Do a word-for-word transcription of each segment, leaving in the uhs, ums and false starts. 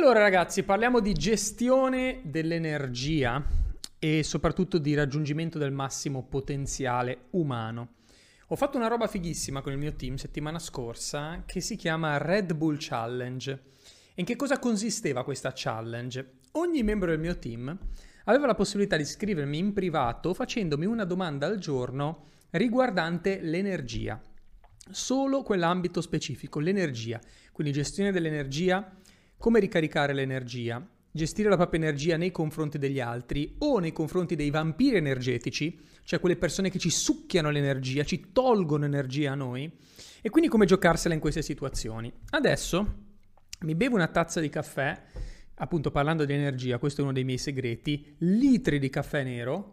Allora ragazzi, parliamo di gestione dell'energia e soprattutto di raggiungimento del massimo potenziale umano. Ho fatto una roba fighissima con il mio team settimana scorsa che si chiama Red Bull Challenge. E in che cosa consisteva questa challenge? Ogni membro del mio team aveva la possibilità di scrivermi in privato facendomi una domanda al giorno riguardante l'energia. Solo quell'ambito specifico, l'energia. Quindi gestione dell'energia, come ricaricare l'energia, gestire la propria energia nei confronti degli altri o nei confronti dei vampiri energetici, cioè quelle persone che ci succhiano l'energia, ci tolgono energia a noi, e quindi come giocarsela in queste situazioni. Adesso mi bevo una tazza di caffè, appunto parlando di energia, questo è uno dei miei segreti, litri di caffè nero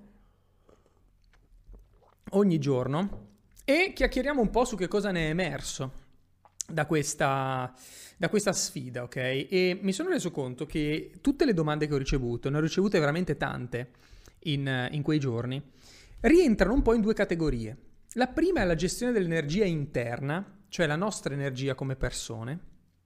ogni giorno e chiacchieriamo un po' su che cosa ne è emerso da questa, da questa sfida, ok? E mi sono reso conto che tutte le domande che ho ricevuto, ne ho ricevute veramente tante in, in quei giorni, rientrano un po' in due categorie. La prima è la gestione dell'energia interna, cioè la nostra energia come persone,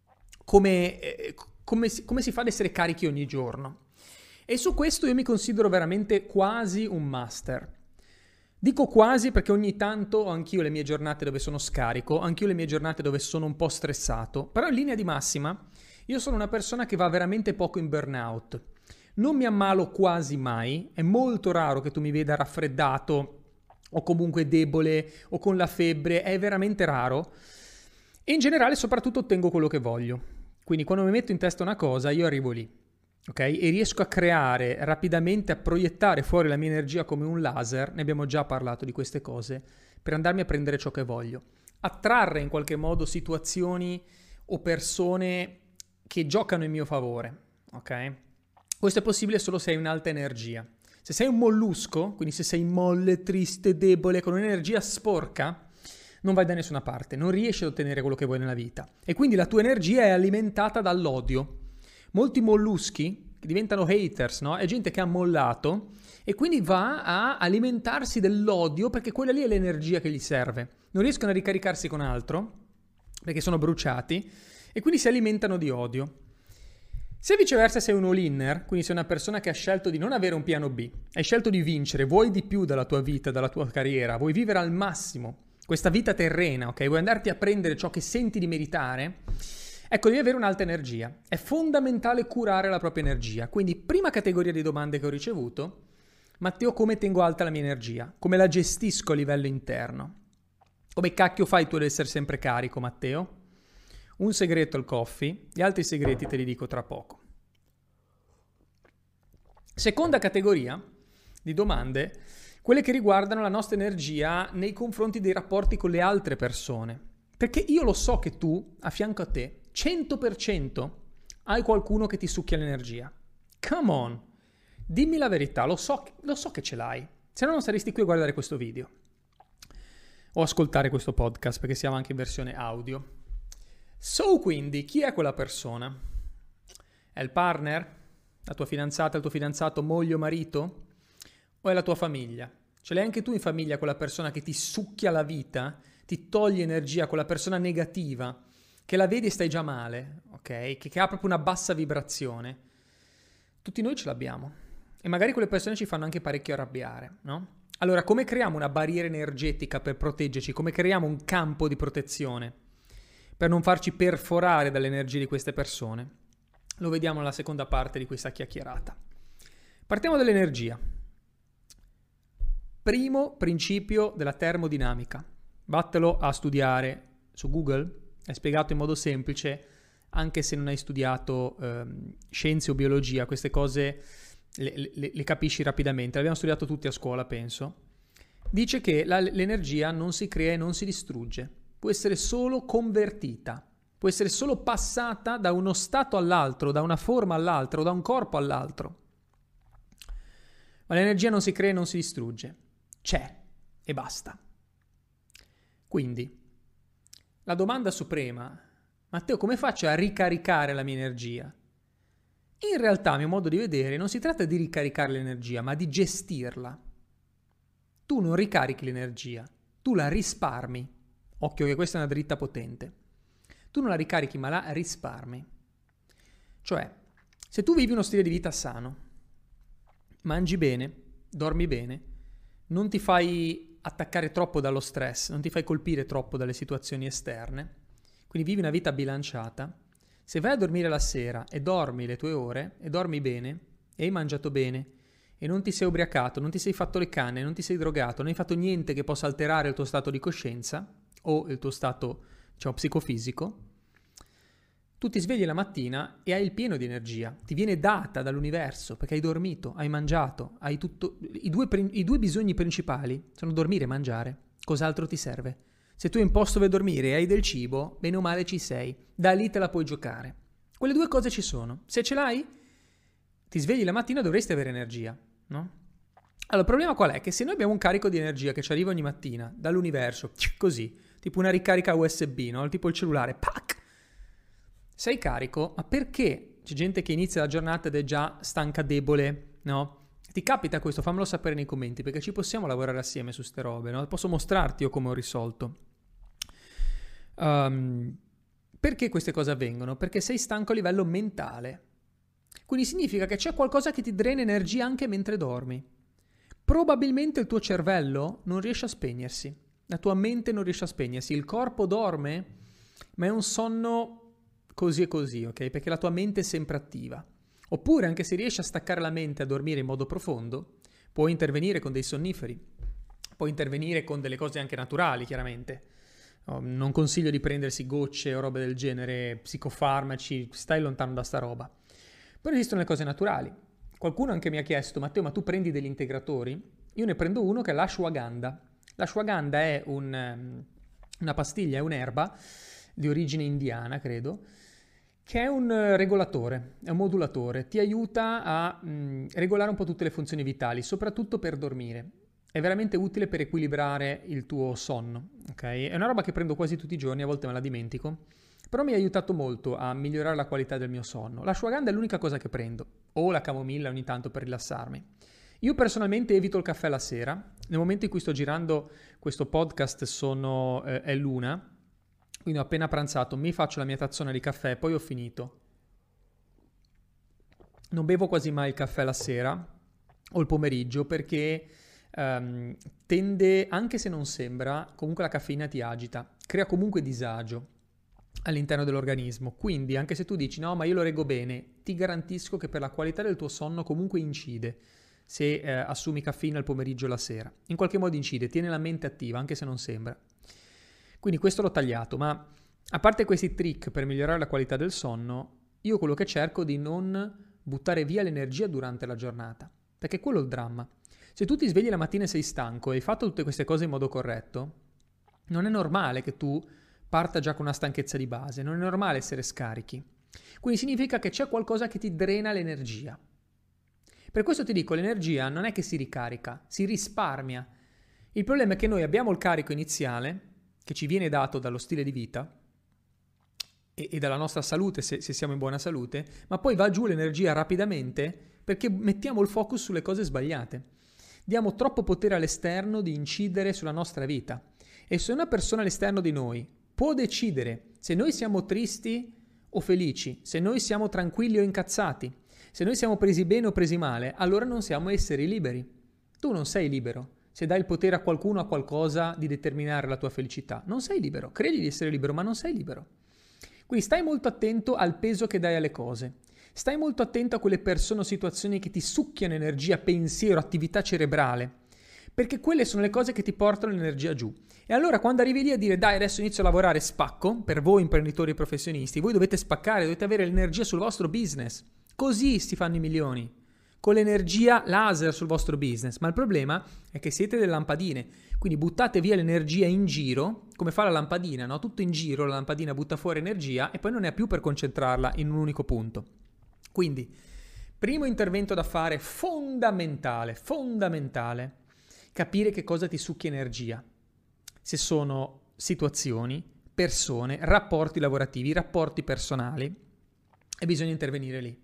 come, eh, come, si, come si fa ad essere carichi ogni giorno. E su questo io mi considero veramente quasi un master. Dico quasi perché ogni tanto ho anch'io le mie giornate dove sono scarico, anch'io le mie giornate dove sono un po' stressato, però in linea di massima io sono una persona che va veramente poco in burnout. Non mi ammalo quasi mai, è molto raro che tu mi veda raffreddato o comunque debole o con la febbre, è veramente raro. E in generale soprattutto ottengo quello che voglio. Quindi quando mi metto in testa una cosa io arrivo lì. Ok? E riesco a creare rapidamente, a proiettare fuori la mia energia come un laser, ne abbiamo già parlato di queste cose, per andarmi a prendere ciò che voglio. Attrarre in qualche modo situazioni o persone che giocano in mio favore, ok? Questo è possibile solo se hai un'alta energia. Se sei un mollusco, quindi se sei molle, triste, debole, con un'energia sporca, non vai da nessuna parte, non riesci ad ottenere quello che vuoi nella vita. E quindi la tua energia è alimentata dall'odio. Molti molluschi che diventano haters, no? È gente che ha mollato e quindi va a alimentarsi dell'odio perché quella lì è l'energia che gli serve. Non riescono a ricaricarsi con altro perché sono bruciati e quindi si alimentano di odio. Se viceversa sei un all-inner, quindi sei una persona che ha scelto di non avere un piano B, hai scelto di vincere, vuoi di più dalla tua vita, dalla tua carriera, vuoi vivere al massimo questa vita terrena, ok? Vuoi andarti a prendere ciò che senti di meritare? Ecco, devi avere un'alta energia. È fondamentale curare la propria energia. Quindi, prima categoria di domande che ho ricevuto, Matteo, come tengo alta la mia energia? Come la gestisco a livello interno? Come cacchio fai tu ad essere sempre carico, Matteo? Un segreto al coffee, gli altri segreti te li dico tra poco. Seconda categoria di domande, quelle che riguardano la nostra energia nei confronti dei rapporti con le altre persone. Perché io lo so che tu, a fianco a te, cento per cento hai qualcuno che ti succhia l'energia. Come on, dimmi la verità, lo so, lo so che ce l'hai, se no non saresti qui a guardare questo video o ascoltare questo podcast perché siamo anche in versione audio. So, quindi, chi è quella persona? È il partner? La tua fidanzata, il tuo fidanzato, moglie o marito? O è la tua famiglia? Ce l'hai anche tu in famiglia quella persona che ti succhia la vita, ti toglie energia, quella persona negativa, che la vedi e stai già male, ok? Che, che ha proprio una bassa vibrazione. Tutti noi ce l'abbiamo. E magari quelle persone ci fanno anche parecchio arrabbiare, no? Allora, come creiamo una barriera energetica per proteggerci? Come creiamo un campo di protezione per non farci perforare dall'energia di queste persone? Lo vediamo nella seconda parte di questa chiacchierata. Partiamo dall'energia. Primo principio della termodinamica. Vattelo a studiare su Google. È spiegato in modo semplice, anche se non hai studiato ehm, scienze o biologia, queste cose le, le, le capisci rapidamente. L'abbiamo studiato tutti a scuola, penso. Dice che la, l'energia non si crea e non si distrugge, può essere solo convertita, può essere solo passata da uno stato all'altro, da una forma all'altra o da un corpo all'altro. Ma l'energia non si crea e non si distrugge, c'è e basta. Quindi, la domanda suprema, Matteo, come faccio a ricaricare la mia energia? In realtà, a mio modo di vedere, non si tratta di ricaricare l'energia, ma di gestirla. Tu non ricarichi l'energia, tu la risparmi. Occhio che questa è una dritta potente. Tu non la ricarichi, ma la risparmi. Cioè, Se tu vivi uno stile di vita sano, mangi bene, dormi bene, non ti fai attaccare troppo dallo stress, non ti fai colpire troppo dalle situazioni esterne, quindi vivi una vita bilanciata, se vai a dormire la sera e dormi le tue ore e dormi bene e hai mangiato bene e non ti sei ubriacato, non ti sei fatto le canne, non ti sei drogato, non hai fatto niente che possa alterare il tuo stato di coscienza o il tuo stato, diciamo, psicofisico, tu ti svegli la mattina e hai il pieno di energia, ti viene data dall'universo perché hai dormito, hai mangiato, hai tutto. I due, i due bisogni principali sono dormire e mangiare. Cos'altro ti serve? Se tu hai un posto dove dormire e hai del cibo, bene o male ci sei, da lì te la puoi giocare. Quelle due cose ci sono. Se ce l'hai, ti svegli la mattina, dovresti avere energia, no? Allora, il problema qual è? Che se noi abbiamo un carico di energia che ci arriva ogni mattina dall'universo, così, tipo una ricarica U S B, no? Tipo il cellulare, pac! Sei carico, ma perché c'è gente che inizia la giornata ed è già stanca, debole, no? Ti capita questo? Fammelo sapere nei commenti, perché ci possiamo lavorare assieme su ste robe, no? Posso mostrarti io come ho risolto. Um, perché queste cose avvengono? Perché sei stanco a livello mentale. Quindi significa che c'è qualcosa che ti drena energia anche mentre dormi. Probabilmente il tuo cervello non riesce a spegnersi, la tua mente non riesce a spegnersi, il corpo dorme, ma è un sonno così e così, ok? Perché la tua mente è sempre attiva. Oppure, anche se riesci a staccare la mente a dormire in modo profondo, puoi intervenire con dei sonniferi, puoi intervenire con delle cose anche naturali, chiaramente. Oh, non consiglio di prendersi gocce o robe del genere, psicofarmaci, stai lontano da sta roba. Però esistono le cose naturali. Qualcuno anche mi ha chiesto, Matteo, ma tu prendi degli integratori? Io ne prendo uno che è l'ashwagandha. L'ashwagandha è un, una pastiglia, è un'erba di origine indiana, credo, che è un regolatore, è un modulatore, ti aiuta a mh, regolare un po' tutte le funzioni vitali, soprattutto per dormire. È veramente utile per equilibrare il tuo sonno, ok? È una roba che prendo quasi tutti i giorni, a volte me la dimentico, però mi ha aiutato molto a migliorare la qualità del mio sonno. L'ashwagandha è l'unica cosa che prendo, o la camomilla ogni tanto per rilassarmi. Io personalmente evito il caffè la sera, nel momento in cui sto girando questo podcast sono, eh, è l'una, quindi ho appena pranzato, mi faccio la mia tazzona di caffè, poi ho finito. Non bevo quasi mai il caffè la sera o il pomeriggio perché um, tende, anche se non sembra, comunque la caffeina ti agita, crea comunque disagio all'interno dell'organismo. Quindi anche se tu dici no, ma io lo reggo bene, ti garantisco che per la qualità del tuo sonno comunque incide se eh, assumi caffeina il pomeriggio o la sera. In qualche modo incide, tiene la mente attiva, anche se non sembra. Quindi questo l'ho tagliato, ma a parte questi trick per migliorare la qualità del sonno, io quello che cerco è di non buttare via l'energia durante la giornata, perché quello è il dramma. Se tu ti svegli la mattina e sei stanco e hai fatto tutte queste cose in modo corretto, non è normale che tu parta già con una stanchezza di base, non è normale essere scarichi. Quindi significa che c'è qualcosa che ti drena l'energia. Per questo ti dico, l'energia non è che si ricarica, si risparmia. Il problema è che noi abbiamo il carico iniziale, che ci viene dato dallo stile di vita e, e dalla nostra salute, se, se siamo in buona salute, ma poi va giù l'energia rapidamente perché mettiamo il focus sulle cose sbagliate. Diamo troppo potere all'esterno di incidere sulla nostra vita. E se una persona all'esterno di noi può decidere se noi siamo tristi o felici, se noi siamo tranquilli o incazzati, se noi siamo presi bene o presi male, allora non siamo esseri liberi. Tu non sei libero. Se dai il potere a qualcuno o a qualcosa di determinare la tua felicità, non sei libero. Credi di essere libero, ma non sei libero. Quindi stai molto attento al peso che dai alle cose. Stai molto attento a quelle persone o situazioni che ti succhiano energia, pensiero, attività cerebrale, perché quelle sono le cose che ti portano l'energia giù. E allora quando arrivi lì a dire dai adesso inizio a lavorare, spacco, per voi imprenditori e professionisti, voi dovete spaccare, dovete avere l'energia sul vostro business. Così si fanno i milioni. Con l'energia laser sul vostro business, ma il problema è che siete delle lampadine, quindi buttate via l'energia in giro, come fa la lampadina, no? Tutto in giro, la lampadina butta fuori energia e poi non ne ha più per concentrarla in un unico punto. Quindi, primo intervento da fare, fondamentale, fondamentale, capire che cosa ti succhia energia, se sono situazioni, persone, rapporti lavorativi, rapporti personali, e bisogna intervenire lì,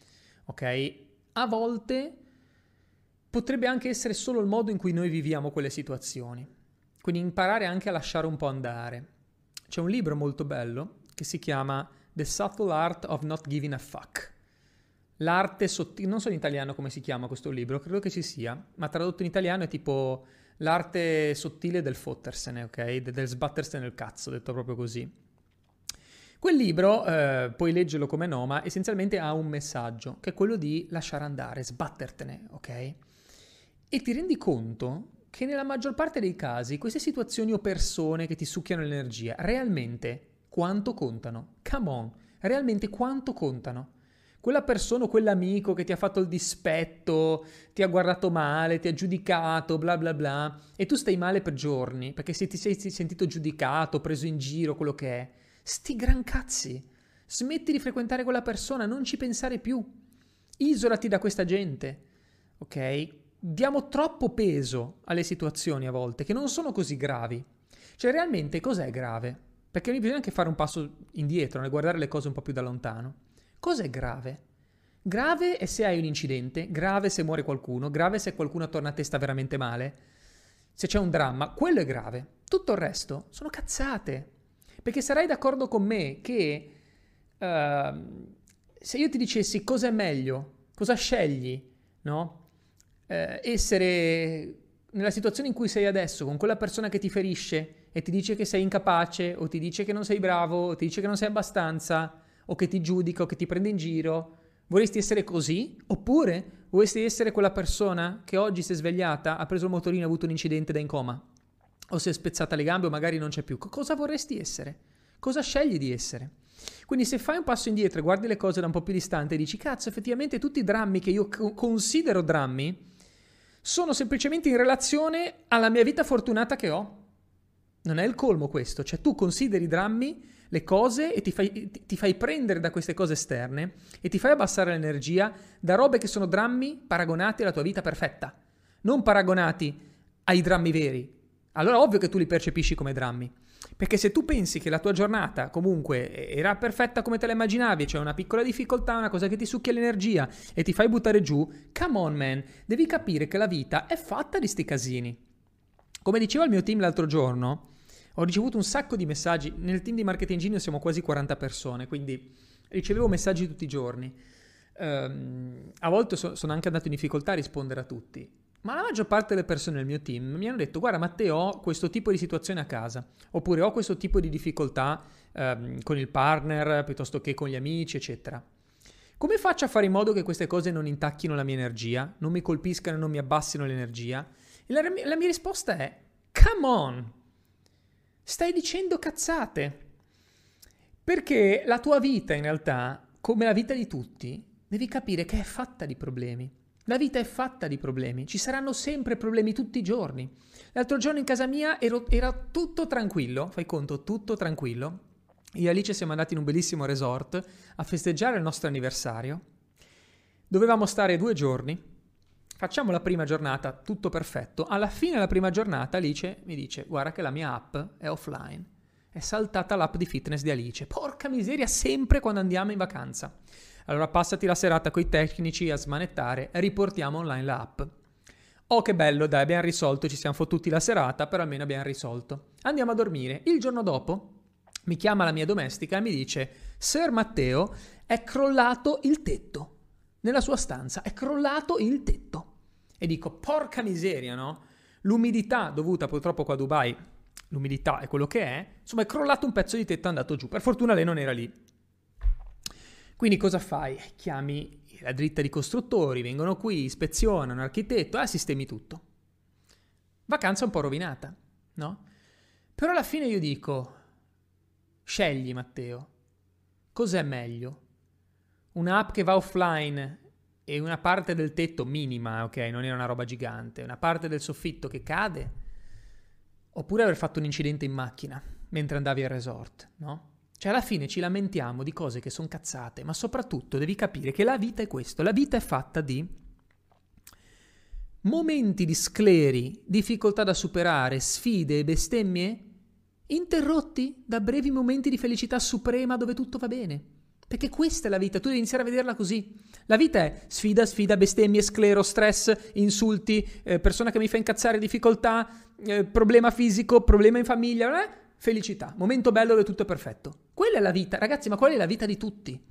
ok? A volte potrebbe anche essere solo il modo in cui noi viviamo quelle situazioni. Quindi imparare anche a lasciare un po' andare. C'è un libro molto bello che si chiama The Subtle Art of Not Giving a Fuck. L'arte sottile, non so in italiano come si chiama questo libro, credo che ci sia, ma tradotto in italiano è tipo l'arte sottile del fottersene, ok? De- del sbattersene il cazzo, detto proprio così. Quel libro, eh, puoi leggerlo come no, ma essenzialmente ha un messaggio, che è quello di lasciare andare, sbattertene, ok? E ti rendi conto che nella maggior parte dei casi queste situazioni o persone che ti succhiano l'energia, realmente quanto contano? Come on, realmente quanto contano? Quella persona o quell'amico che ti ha fatto il dispetto, ti ha guardato male, ti ha giudicato, bla bla bla, e tu stai male per giorni, perché se ti sei sentito giudicato, preso in giro, quello che è, sti gran cazzi, smetti di frequentare quella persona, non ci pensare più, isolati da questa gente, ok? Diamo troppo peso alle situazioni a volte, che non sono così gravi. Cioè, realmente cos'è grave? Perché bisogna anche fare un passo indietro, e guardare le cose un po' più da lontano. Cos'è grave? Grave è se hai un incidente, grave se muore qualcuno, grave se qualcuno torna a testa veramente male, se c'è un dramma, quello è grave. Tutto il resto sono cazzate. Perché sarai d'accordo con me che uh, se io ti dicessi cosa è meglio, cosa scegli, no? Uh, essere nella situazione in cui sei adesso, con quella persona che ti ferisce e ti dice che sei incapace, o ti dice che non sei bravo, o ti dice che non sei abbastanza, o che ti giudica, o che ti prende in giro, vorresti essere così? Oppure vorresti essere quella persona che oggi si è svegliata, ha preso il motorino e ha avuto un incidente da in coma? O si è spezzata le gambe o magari non c'è più? Cosa vorresti essere? Cosa scegli di essere? Quindi se fai un passo indietro e guardi le cose da un po' più distante e dici cazzo, effettivamente tutti i drammi che io considero drammi sono semplicemente in relazione alla mia vita fortunata che ho. Non è il colmo questo, cioè tu consideri drammi le cose e ti fai, ti fai prendere da queste cose esterne e ti fai abbassare l'energia da robe che sono drammi paragonati alla tua vita perfetta, non paragonati ai drammi veri. Allora ovvio che tu li percepisci come drammi, perché se tu pensi che la tua giornata comunque era perfetta come te la immaginavi, cioè una piccola difficoltà, una cosa che ti succhia l'energia e ti fai buttare giù, come on man, devi capire che la vita è fatta di sti casini. Come diceva il mio team l'altro giorno, ho ricevuto un sacco di messaggi, nel team di Marketing Genius siamo quasi quaranta persone, quindi ricevevo messaggi tutti i giorni. Um, a volte so, sono anche andato in difficoltà a rispondere a tutti, ma la maggior parte delle persone nel mio team mi hanno detto guarda Matteo, ho questo tipo di situazione a casa, oppure ho questo tipo di difficoltà um, con il partner, piuttosto che con gli amici, eccetera. Come faccio a fare in modo che queste cose non intacchino la mia energia, non mi colpiscano, non mi abbassino l'energia? E la, la mia risposta è come on! Stai dicendo cazzate, perché la tua vita in realtà, come la vita di tutti, devi capire che è fatta di problemi. La vita è fatta di problemi, ci saranno sempre problemi tutti i giorni. L'altro giorno in casa mia ero, era tutto tranquillo, fai conto, tutto tranquillo. Io e Alice siamo andati in un bellissimo resort a festeggiare il nostro anniversario. Dovevamo stare due giorni. Facciamo la prima giornata, tutto perfetto. Alla fine della prima giornata Alice mi dice guarda che la mia app è offline. È saltata l'app di fitness di Alice. Porca miseria, sempre quando andiamo in vacanza. Allora passati la serata coi tecnici a smanettare e riportiamo online l'app. Oh che bello, dai, abbiamo risolto, ci siamo fottuti la serata, però almeno abbiamo risolto. Andiamo a dormire. Il giorno dopo mi chiama la mia domestica e mi dice Sir Matteo, è crollato il tetto. Nella sua stanza è crollato il tetto. E dico, porca miseria, no? L'umidità dovuta purtroppo qua a Dubai, l'umidità è quello che è, insomma è crollato un pezzo di tetto, è andato giù. Per fortuna lei non era lì. Quindi cosa fai? Chiami la dritta di costruttori, vengono qui, ispezionano, architetto, ah, sistemi tutto. Vacanza un po' rovinata, no? Però alla fine io dico, scegli Matteo, cos'è meglio? Un'app che va offline e una parte del tetto minima, ok, non era una roba gigante, una parte del soffitto che cade, oppure aver fatto un incidente in macchina mentre andavi al resort, no? Cioè alla fine ci lamentiamo di cose che sono cazzate, ma soprattutto devi capire che la vita è questo, la vita è fatta di momenti di scleri, difficoltà da superare, sfide e bestemmie interrotti da brevi momenti di felicità suprema dove tutto va bene. Perché questa è la vita, tu devi iniziare a vederla così. La vita è sfida, sfida, bestemmie, sclero, stress, insulti, eh, persona che mi fa incazzare, difficoltà, eh, problema fisico, problema in famiglia, eh? Felicità, momento bello dove tutto è perfetto. Quella è la vita, ragazzi, ma qual è la vita di tutti?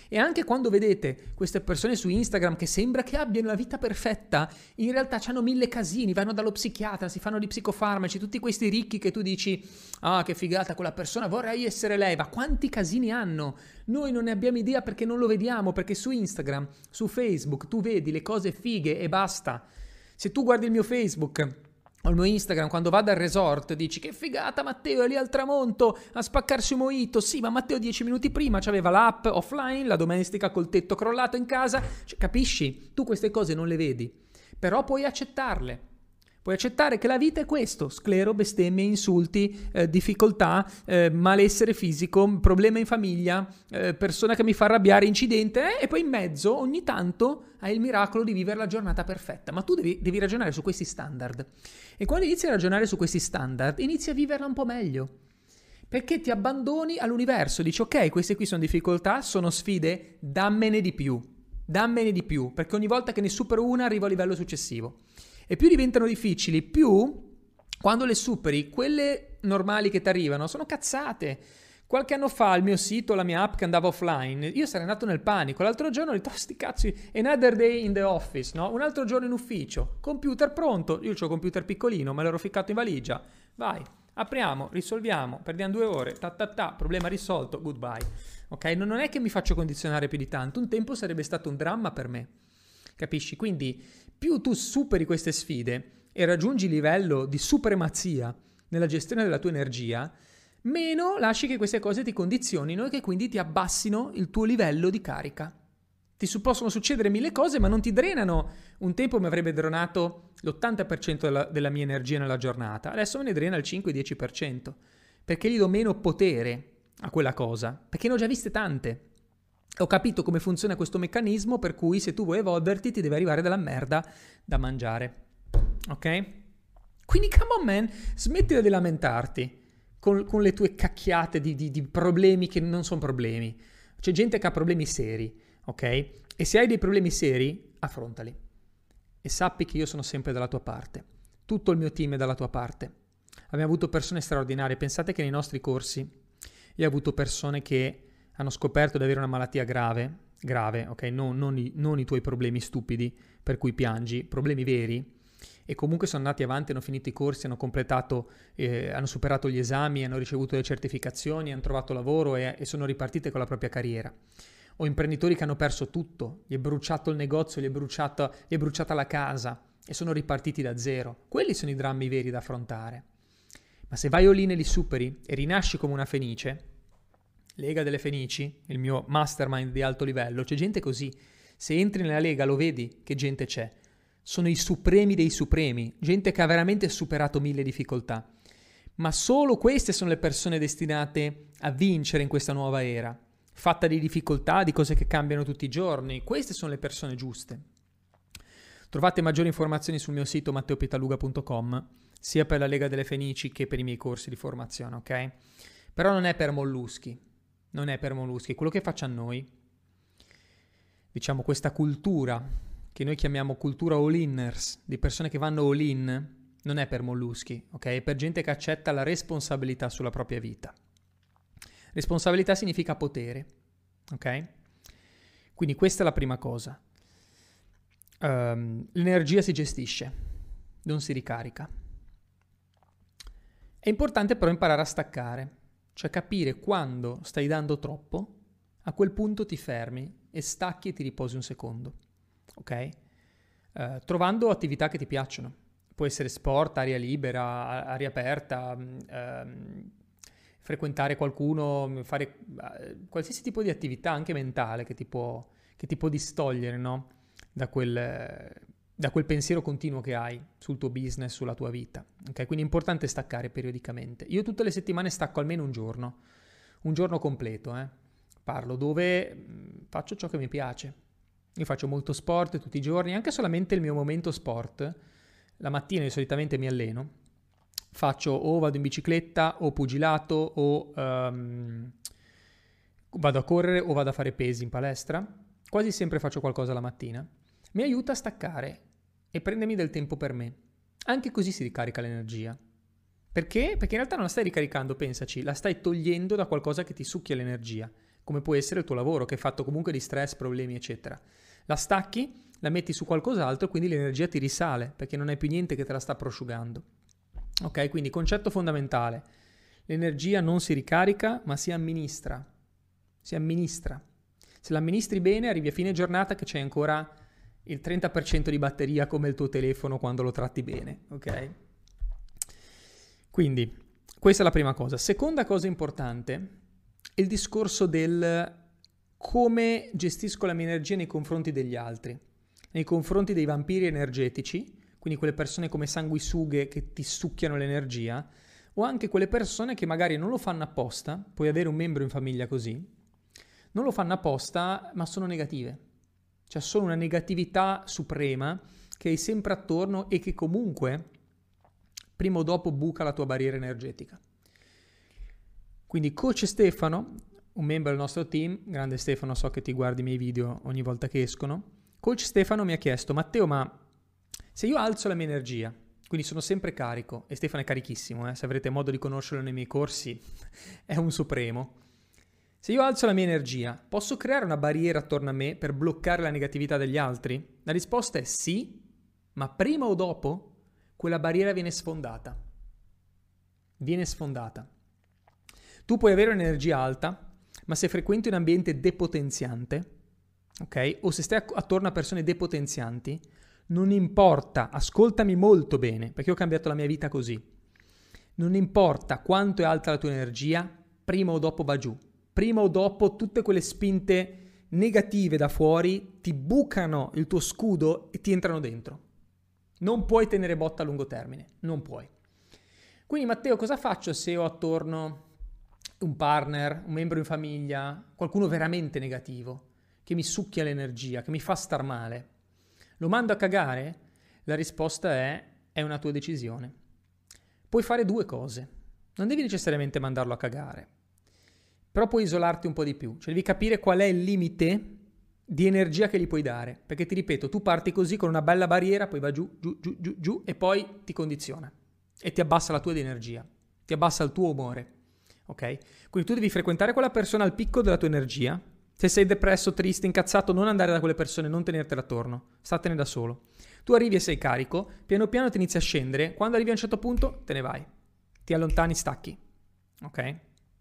E anche quando vedete queste persone su Instagram che sembra che abbiano la vita perfetta, in realtà hanno mille casini, vanno dallo psichiatra, si fanno gli psicofarmaci, tutti questi ricchi che tu dici ah che figata quella persona, vorrei essere lei, ma quanti casini hanno? Noi non ne abbiamo idea perché non lo vediamo, perché su Instagram, su Facebook tu vedi le cose fighe e basta. Se tu guardi il mio Facebook o il mio Instagram, quando vado al resort dici che figata Matteo è lì al tramonto a spaccarsi un mojito. Sì, ma Matteo dieci minuti prima c'aveva l'app offline, la domestica col tetto crollato in casa, cioè, capisci? Tu queste cose non le vedi, però puoi accettarle. Puoi accettare che la vita è questo: sclero, bestemmie, insulti, eh, difficoltà, eh, malessere fisico, problema in famiglia, eh, persona che mi fa arrabbiare, incidente, eh, e poi in mezzo ogni tanto hai il miracolo di vivere la giornata perfetta. Ma tu devi, devi ragionare su questi standard. E quando inizi a ragionare su questi standard, inizi a viverla un po' meglio. Perché ti abbandoni all'universo, dici ok, queste qui sono difficoltà, sono sfide, dammene di più, dammene di più, perché ogni volta che ne supero una arrivo a livello successivo. E più diventano difficili, più quando le superi, quelle normali che ti arrivano sono cazzate. Qualche anno fa il mio sito, la mia app che andava offline, io sarei andato nel panico. L'altro giorno ho detto, oh, sti cazzi, another day in the office, no? Un altro giorno in ufficio, computer pronto, io ho il computer piccolino, me l'ero ficcato in valigia, vai, apriamo, risolviamo, perdiamo due ore, ta ta ta, problema risolto, goodbye. Ok? Non è che mi faccio condizionare più di tanto, un tempo sarebbe stato un dramma per me. Capisci? Quindi più tu superi queste sfide e raggiungi il livello di supremazia nella gestione della tua energia, meno lasci che queste cose ti condizionino e che quindi ti abbassino il tuo livello di carica. Ti su- possono succedere mille cose, ma non ti drenano. Un tempo mi avrebbe drenato l'ottanta per cento della, della mia energia nella giornata, adesso me ne drena il cinque-dieci per cento, perché gli do meno potere a quella cosa, perché ne ho già viste tante. Ho capito come funziona questo meccanismo per cui se tu vuoi evolverti ti deve arrivare della merda da mangiare. Ok? Quindi come on man, smettila di lamentarti con, con le tue cacchiate di, di, di problemi che non sono problemi. C'è gente che ha problemi seri, ok? E se hai dei problemi seri, affrontali. E sappi che io sono sempre dalla tua parte. Tutto il mio team è dalla tua parte. Abbiamo avuto persone straordinarie. Pensate che nei nostri corsi io ho avuto persone che hanno scoperto di avere una malattia grave, grave, ok? Non, non, i, non i tuoi problemi stupidi per cui piangi, problemi veri, e comunque sono andati avanti, hanno finito i corsi, hanno completato, eh, hanno superato gli esami, hanno ricevuto le certificazioni, hanno trovato lavoro e, e sono ripartite con la propria carriera. O imprenditori che hanno perso tutto, gli è bruciato il negozio, gli è, bruciato, gli è bruciata la casa e sono ripartiti da zero. Quelli sono i drammi veri da affrontare. Ma se vai lì e li superi e rinasci come una fenice, Lega delle Fenici, il mio mastermind di alto livello, c'è gente così. Se entri nella Lega lo vedi che gente c'è. Sono i supremi dei supremi, gente che ha veramente superato mille difficoltà. Ma solo queste sono le persone destinate a vincere in questa nuova era, fatta di difficoltà, di cose che cambiano tutti i giorni. Queste sono le persone giuste. Trovate maggiori informazioni sul mio sito matteo pitaluga punto com, sia per la Lega delle Fenici che per i miei corsi di formazione, ok? Però non è per molluschi. Non è per molluschi, quello che faccia a noi, diciamo questa cultura che noi chiamiamo cultura all-inners, di persone che vanno all-in, non è per molluschi, ok? È per gente che accetta la responsabilità sulla propria vita. Responsabilità significa potere, ok? Quindi questa è la prima cosa. Um, l'energia si gestisce, non si ricarica. È importante però imparare a staccare. Cioè capire quando stai dando troppo, a quel punto ti fermi e stacchi e ti riposi un secondo, ok? Uh, trovando attività che ti piacciono. Può essere sport, aria libera, aria aperta, um, frequentare qualcuno, fare uh, qualsiasi tipo di attività, anche mentale, che ti può, che ti può distogliere, no? Da quel... da quel pensiero continuo che hai sul tuo business, sulla tua vita. Okay? Quindi è importante staccare periodicamente. Io tutte le settimane stacco almeno un giorno, un giorno completo, eh? Parlo dove mh, faccio ciò che mi piace. Io faccio molto sport tutti i giorni, anche solamente il mio momento sport. La mattina io solitamente mi alleno, faccio o vado in bicicletta o pugilato o um, vado a correre o vado a fare pesi in palestra. Quasi sempre faccio qualcosa la mattina. Mi aiuta a staccare e prendermi del tempo per me. Anche così si ricarica l'energia. Perché? Perché in realtà non la stai ricaricando, pensaci, la stai togliendo da qualcosa che ti succhia l'energia. come può essere il tuo lavoro, che è fatto comunque di stress, problemi, eccetera. La stacchi, la metti su qualcos'altro, quindi l'energia ti risale, perché non hai più niente che te la sta prosciugando. Ok, quindi concetto fondamentale: l'energia non si ricarica, ma si amministra. Si amministra. Se l'amministri bene, arrivi a fine giornata che c'è ancora il trenta per cento di batteria come il tuo telefono quando lo tratti bene, ok? Quindi, questa è la prima cosa. Seconda cosa importante, il discorso del come gestisco la mia energia nei confronti degli altri, nei confronti dei vampiri energetici, quindi quelle persone come sanguisughe che ti succhiano l'energia, o anche quelle persone che magari non lo fanno apposta, puoi avere un membro in famiglia così, non lo fanno apposta ma sono negative, cioè sono una negatività suprema che hai sempre attorno e che comunque prima o dopo buca la tua barriera energetica. Quindi coach Stefano, un membro del nostro team, grande Stefano, so che ti guardi i miei video ogni volta che escono, coach Stefano mi ha chiesto: Matteo, ma se io alzo la mia energia, quindi sono sempre carico, e Stefano è carichissimo, eh, se avrete modo di conoscerlo nei miei corsi, è un supremo. Se io alzo la mia energia, posso creare una barriera attorno a me per bloccare la negatività degli altri? La risposta è sì, ma prima o dopo quella barriera viene sfondata. Viene sfondata. Tu puoi avere un'energia alta, ma se frequenti un ambiente depotenziante, ok? O se stai attorno a persone depotenzianti, non importa, ascoltami molto bene, perché ho cambiato la mia vita così. Non importa quanto è alta la tua energia, prima o dopo va giù. Prima o dopo tutte quelle spinte negative da fuori ti bucano il tuo scudo e ti entrano dentro. Non puoi tenere botta a lungo termine, non puoi. Quindi Matteo, cosa faccio se ho attorno un partner, un membro in famiglia, qualcuno veramente negativo, che mi succhia l'energia, che mi fa star male? Lo mando a cagare? La risposta è, è una tua decisione. Puoi fare due cose. Non devi necessariamente mandarlo a cagare, però puoi isolarti un po' di più. Cioè devi capire qual è il limite di energia che gli puoi dare. Perché ti ripeto, tu parti così con una bella barriera, poi va giù, giù, giù, giù, giù e poi ti condiziona. E ti abbassa la tua di energia. Ti abbassa il tuo umore. Ok? Quindi tu devi frequentare quella persona al picco della tua energia. Se sei depresso, triste, incazzato, non andare da quelle persone, non tenertela attorno, statene da solo. Tu arrivi e sei carico, piano piano ti inizi a scendere, quando arrivi a un certo punto te ne vai, ti allontani, stacchi, ok?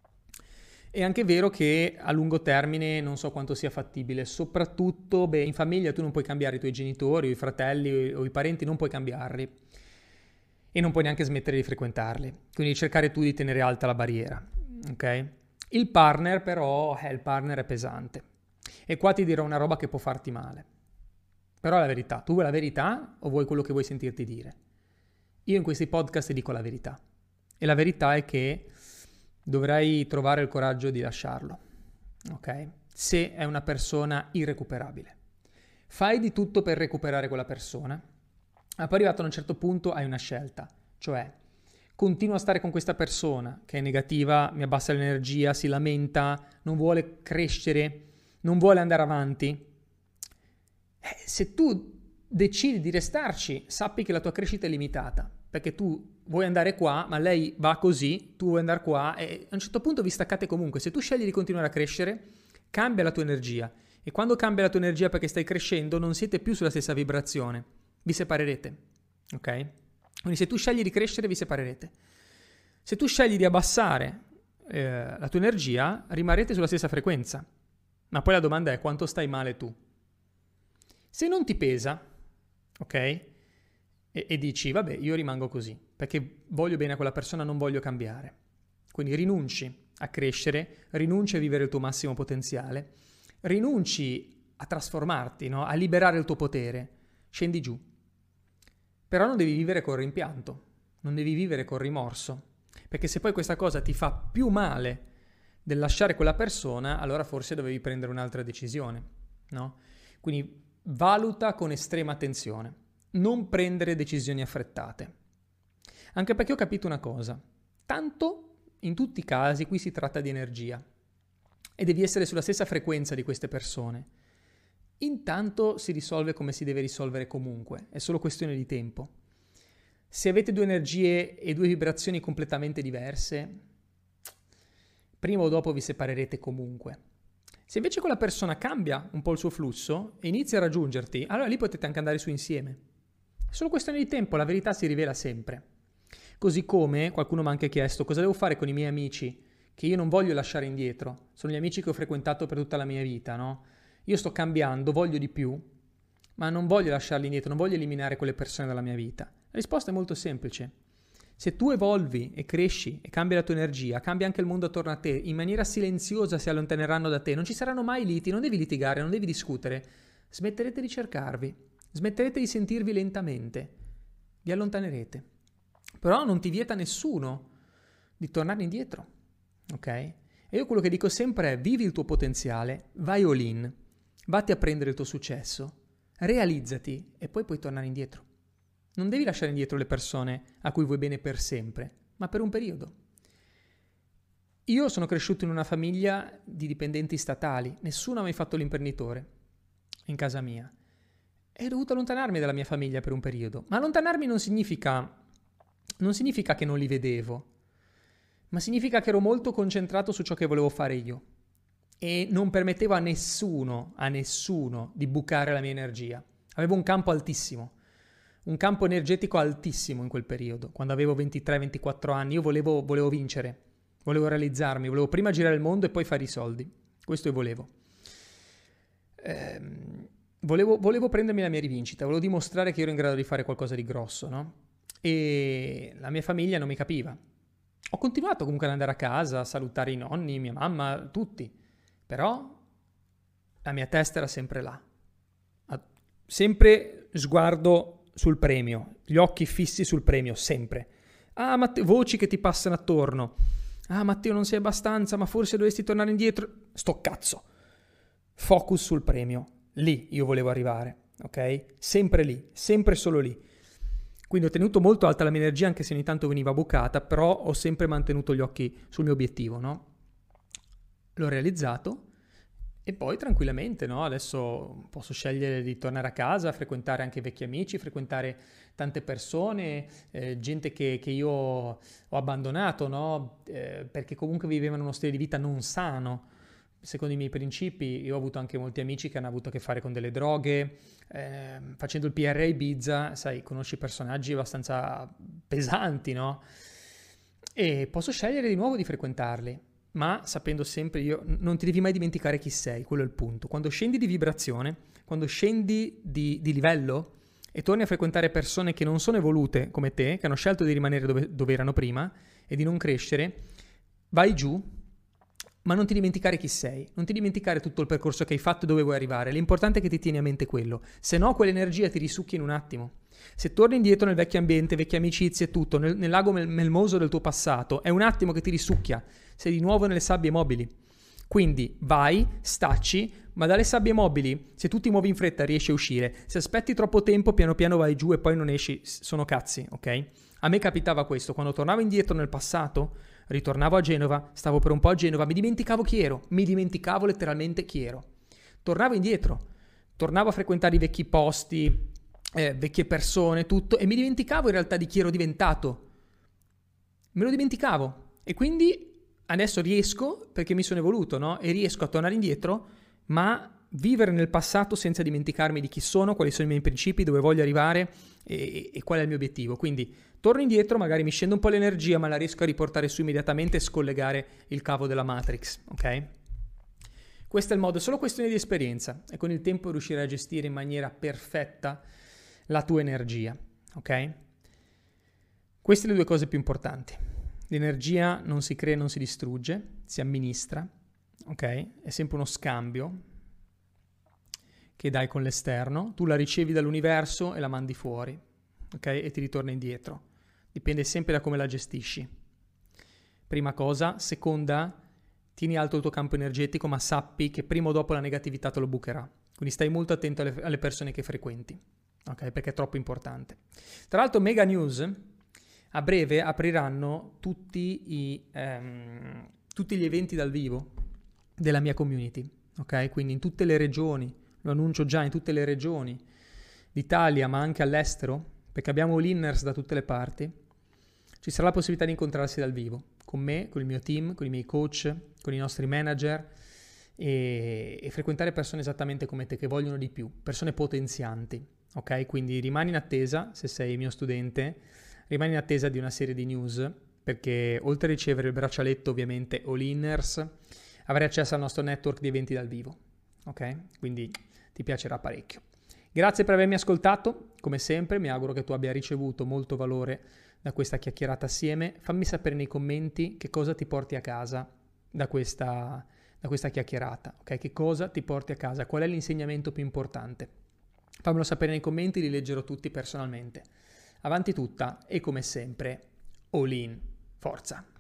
È anche vero che a lungo termine non so quanto sia fattibile, soprattutto, beh, in famiglia tu non puoi cambiare i tuoi genitori, o i fratelli o i parenti, non puoi cambiarli e non puoi neanche smettere di frequentarli, quindi cercare tu di tenere alta la barriera, ok? Il partner però, eh, il partner è pesante. E qua ti dirò una roba che può farti male. Però è la verità. Tu vuoi la verità o vuoi quello che vuoi sentirti dire? Io in questi podcast dico la verità. E la verità è che dovrai trovare il coraggio di lasciarlo. Ok? Se è una persona irrecuperabile. Fai di tutto per recuperare quella persona. Ma poi arrivato a un certo punto hai una scelta. Cioè, continuo a stare con questa persona che è negativa, mi abbassa l'energia, si lamenta, non vuole crescere, non vuole andare avanti. Eh, se tu decidi di restarci, sappi che la tua crescita è limitata, perché tu vuoi andare qua, ma lei va così, tu vuoi andare qua e a un certo punto vi staccate comunque. Se tu scegli di continuare a crescere, cambia la tua energia e quando cambia la tua energia perché stai crescendo, non siete più sulla stessa vibrazione, vi separerete, ok? Quindi se tu scegli di crescere vi separerete. Se tu scegli di abbassare eh, la tua energia rimarrete sulla stessa frequenza. Ma poi la domanda è quanto stai male tu. Se non ti pesa, ok? E, e dici vabbè io rimango così perché voglio bene a quella persona, non voglio cambiare. Quindi rinunci a crescere, rinunci a vivere il tuo massimo potenziale, rinunci a trasformarti, no? A liberare il tuo potere, scendi giù. Però non devi vivere col rimpianto, non devi vivere col rimorso, perché se poi questa cosa ti fa più male del lasciare quella persona, allora forse dovevi prendere un'altra decisione, no? Quindi valuta con estrema attenzione, non prendere decisioni affrettate. Anche perché ho capito una cosa, tanto in tutti i casi qui si tratta di energia e devi essere sulla stessa frequenza di queste persone. Intanto si risolve come si deve risolvere comunque, è solo questione di tempo. Se avete due energie e due vibrazioni completamente diverse, prima o dopo vi separerete comunque. Se invece quella persona cambia un po' il suo flusso e inizia a raggiungerti, allora lì potete anche andare su insieme. È solo questione di tempo, la verità si rivela sempre. Così come qualcuno mi ha anche chiesto cosa devo fare con i miei amici che io non voglio lasciare indietro. Sono gli amici che ho frequentato per tutta la mia vita, no? Io sto cambiando, voglio di più, ma non voglio lasciarli indietro, non voglio eliminare quelle persone dalla mia vita. La risposta è molto semplice. Se tu evolvi e cresci e cambi la tua energia, cambia anche il mondo attorno a te, in maniera silenziosa si allontaneranno da te, non ci saranno mai liti, non devi litigare, non devi discutere, smetterete di cercarvi, smetterete di sentirvi lentamente, vi allontanerete. Però non ti vieta nessuno di tornare indietro, ok? E io quello che dico sempre è vivi il tuo potenziale, vai all in, vatti a prendere il tuo successo, realizzati e poi puoi tornare indietro. Non devi lasciare indietro le persone a cui vuoi bene per sempre, ma per un periodo. Io sono cresciuto in una famiglia di dipendenti statali, nessuno ha mai fatto l'imprenditore in casa mia. E ho dovuto allontanarmi dalla mia famiglia per un periodo. Ma allontanarmi non significa, non significa che non li vedevo, ma significa che ero molto concentrato su ciò che volevo fare io. E non permettevo a nessuno, a nessuno di bucare la mia energia. Avevo un campo altissimo. Un campo energetico altissimo in quel periodo, quando avevo ventitré ventiquattro anni. Io volevo, volevo vincere, volevo realizzarmi, volevo prima girare il mondo e poi fare i soldi. Questo io volevo. Ehm, volevo. Volevo prendermi la mia rivincita, volevo dimostrare che io ero in grado di fare qualcosa di grosso, no? E la mia famiglia non mi capiva. Ho continuato comunque ad andare a casa, a salutare i nonni, mia mamma, tutti. Però la mia testa era sempre là. Sempre sguardo sul premio, gli occhi fissi sul premio, sempre. Ah, Matteo, voci che ti passano attorno. Ah, Matteo, non sei abbastanza, ma forse dovresti tornare indietro. Sto cazzo. Focus sul premio. Lì io volevo arrivare, ok? Sempre lì, sempre solo lì. Quindi ho tenuto molto alta la mia energia, anche se ogni tanto veniva bucata, però ho sempre mantenuto gli occhi sul mio obiettivo, no? L'ho realizzato. E poi tranquillamente, no? Adesso posso scegliere di tornare a casa, frequentare anche vecchi amici, frequentare tante persone, eh, gente che, che io ho abbandonato, no? Eh, perché comunque vivevano uno stile di vita non sano. Secondo i miei principi, io ho avuto anche molti amici che hanno avuto a che fare con delle droghe, eh, facendo il P R a Ibiza, sai, conosci personaggi abbastanza pesanti, no? E posso scegliere di nuovo di frequentarli. Ma sapendo sempre io, non ti devi mai dimenticare chi sei, quello è il punto. Quando scendi di vibrazione, quando scendi di, di livello e torni a frequentare persone che non sono evolute come te, che hanno scelto di rimanere dove, dove erano prima e di non crescere, vai giù, ma non ti dimenticare chi sei, non ti dimenticare tutto il percorso che hai fatto e dove vuoi arrivare. L'importante è che ti tieni a mente quello, se no quell'energia ti risucchia in un attimo. Se torni indietro nel vecchio ambiente, vecchie amicizie e tutto, nel, nel lago mel- melmoso del tuo passato, è un attimo che ti risucchia, sei di nuovo nelle sabbie mobili. Quindi vai, stacci, ma dalle sabbie mobili, se tu ti muovi in fretta riesci a uscire, se aspetti troppo tempo piano piano vai giù e poi non esci, sono cazzi, ok? A me capitava questo, quando tornavo indietro nel passato, ritornavo a Genova, stavo per un po' a Genova, mi dimenticavo chi ero, mi dimenticavo letteralmente chi ero. Tornavo indietro, tornavo a frequentare i vecchi posti, Eh, vecchie persone, tutto, e mi dimenticavo in realtà di chi ero diventato. Me lo dimenticavo. E quindi adesso riesco, perché mi sono evoluto, no? E riesco a tornare indietro, ma vivere nel passato senza dimenticarmi di chi sono, quali sono i miei principi, dove voglio arrivare e, e qual è il mio obiettivo. Quindi torno indietro, magari mi scende un po' l'energia, ma la riesco a riportare su immediatamente e scollegare il cavo della Matrix, ok? Questo è il modo, è solo questione di esperienza e con il tempo riuscirai a gestire in maniera perfetta la tua energia, ok? Queste sono le due cose più importanti. L'energia non si crea, non si distrugge, si amministra, ok? È sempre uno scambio che dai con l'esterno, tu la ricevi dall'universo e la mandi fuori, ok? E ti ritorna indietro. Dipende sempre da come la gestisci. Prima cosa. Seconda, tieni alto il tuo campo energetico, ma sappi che prima o dopo la negatività te lo bucherà. Quindi stai molto attento alle, alle persone che frequenti. Ok, perché è troppo importante. Tra l'altro, mega news, a breve apriranno tutti, i, ehm, tutti gli eventi dal vivo della mia community, ok? Quindi in tutte le regioni, lo annuncio già, in tutte le regioni d'Italia, ma anche all'estero, perché abbiamo all-inners da tutte le parti, ci sarà la possibilità di incontrarsi dal vivo, con me, con il mio team, con i miei coach, con i nostri manager, e, e frequentare persone esattamente come te, che vogliono di più, persone potenzianti, ok? Quindi rimani in attesa, se sei mio studente, rimani in attesa di una serie di news, perché oltre a ricevere il braccialetto ovviamente All-Inners, avrai accesso al nostro network di eventi dal vivo, ok? Quindi ti piacerà parecchio. Grazie per avermi ascoltato, come sempre mi auguro che tu abbia ricevuto molto valore da questa chiacchierata assieme. Fammi sapere nei commenti che cosa ti porti a casa da questa, da questa chiacchierata, ok? Che cosa ti porti a casa, qual è l'insegnamento più importante. Fammelo sapere nei commenti, li leggerò tutti personalmente. Avanti tutta e come sempre, all in, forza!